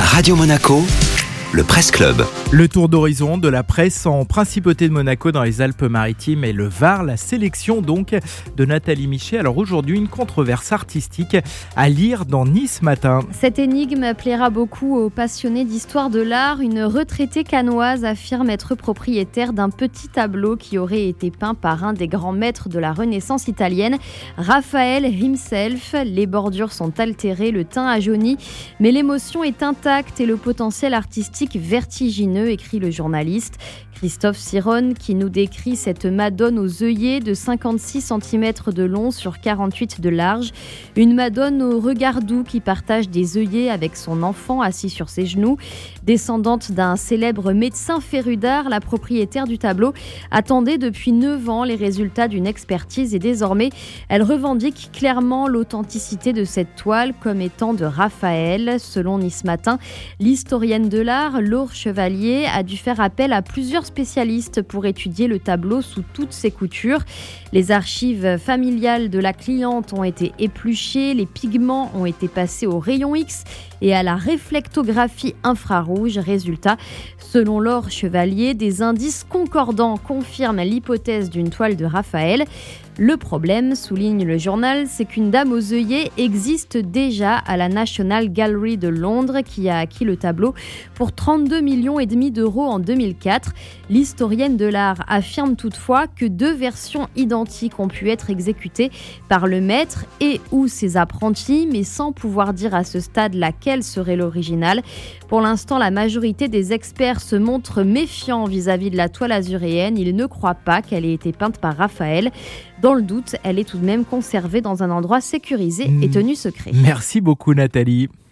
Radio Monaco, le Presse Club. Le tour d'horizon de la presse en Principauté de Monaco dans les Alpes-Maritimes et le Var, la sélection donc de Nathalie Michet. Alors aujourd'hui, une controverse artistique à lire dans Nice Matin. Cette énigme plaira beaucoup aux passionnés d'histoire de l'art. Une retraitée cannoise affirme être propriétaire d'un petit tableau qui aurait été peint par un des grands maîtres de la Renaissance italienne, Raphaël himself. Les bordures sont altérées, le teint a jauni, mais l'émotion est intacte et le potentiel artistique vertigineux, écrit le journaliste Christophe Siron, qui nous décrit cette Madone aux œillets de 56 cm de long sur 48 de large. Une Madone au regard doux qui partage des œillets avec son enfant assis sur ses genoux. Descendante d'un célèbre médecin féru d'art, la propriétaire du tableau attendait depuis 9 ans les résultats d'une expertise et désormais, elle revendique clairement l'authenticité de cette toile comme étant de Raphaël. Selon Nice Matin, l'historienne de l'art, Laure Chevalier, a dû faire appel à plusieurs spécialistes pour étudier le tableau sous toutes ses coutures. Les archives familiales de la cliente ont été épluchées, les pigments ont été passés au rayon X et à la réflectographie infrarouge. Résultat, selon Laure Chevalier, des indices concordants confirment l'hypothèse d'une toile de Raphaël. Le problème, souligne le journal, c'est qu'une dame aux œillets existe déjà à la National Gallery de Londres qui a acquis le tableau pour 32,5 millions d'euros en 2004. L'historienne de l'art affirme toutefois que 2 versions identiques ont pu être exécutées par le maître et ou ses apprentis, mais sans pouvoir dire à ce stade laquelle serait l'original. Pour l'instant, la majorité des experts se montrent méfiants vis-à-vis de la toile azuréenne. Ils ne croient pas qu'elle ait été peinte par Raphaël. Dans le doute, elle est tout de même conservée dans un endroit sécurisé et tenu secret. Merci beaucoup Nathalie.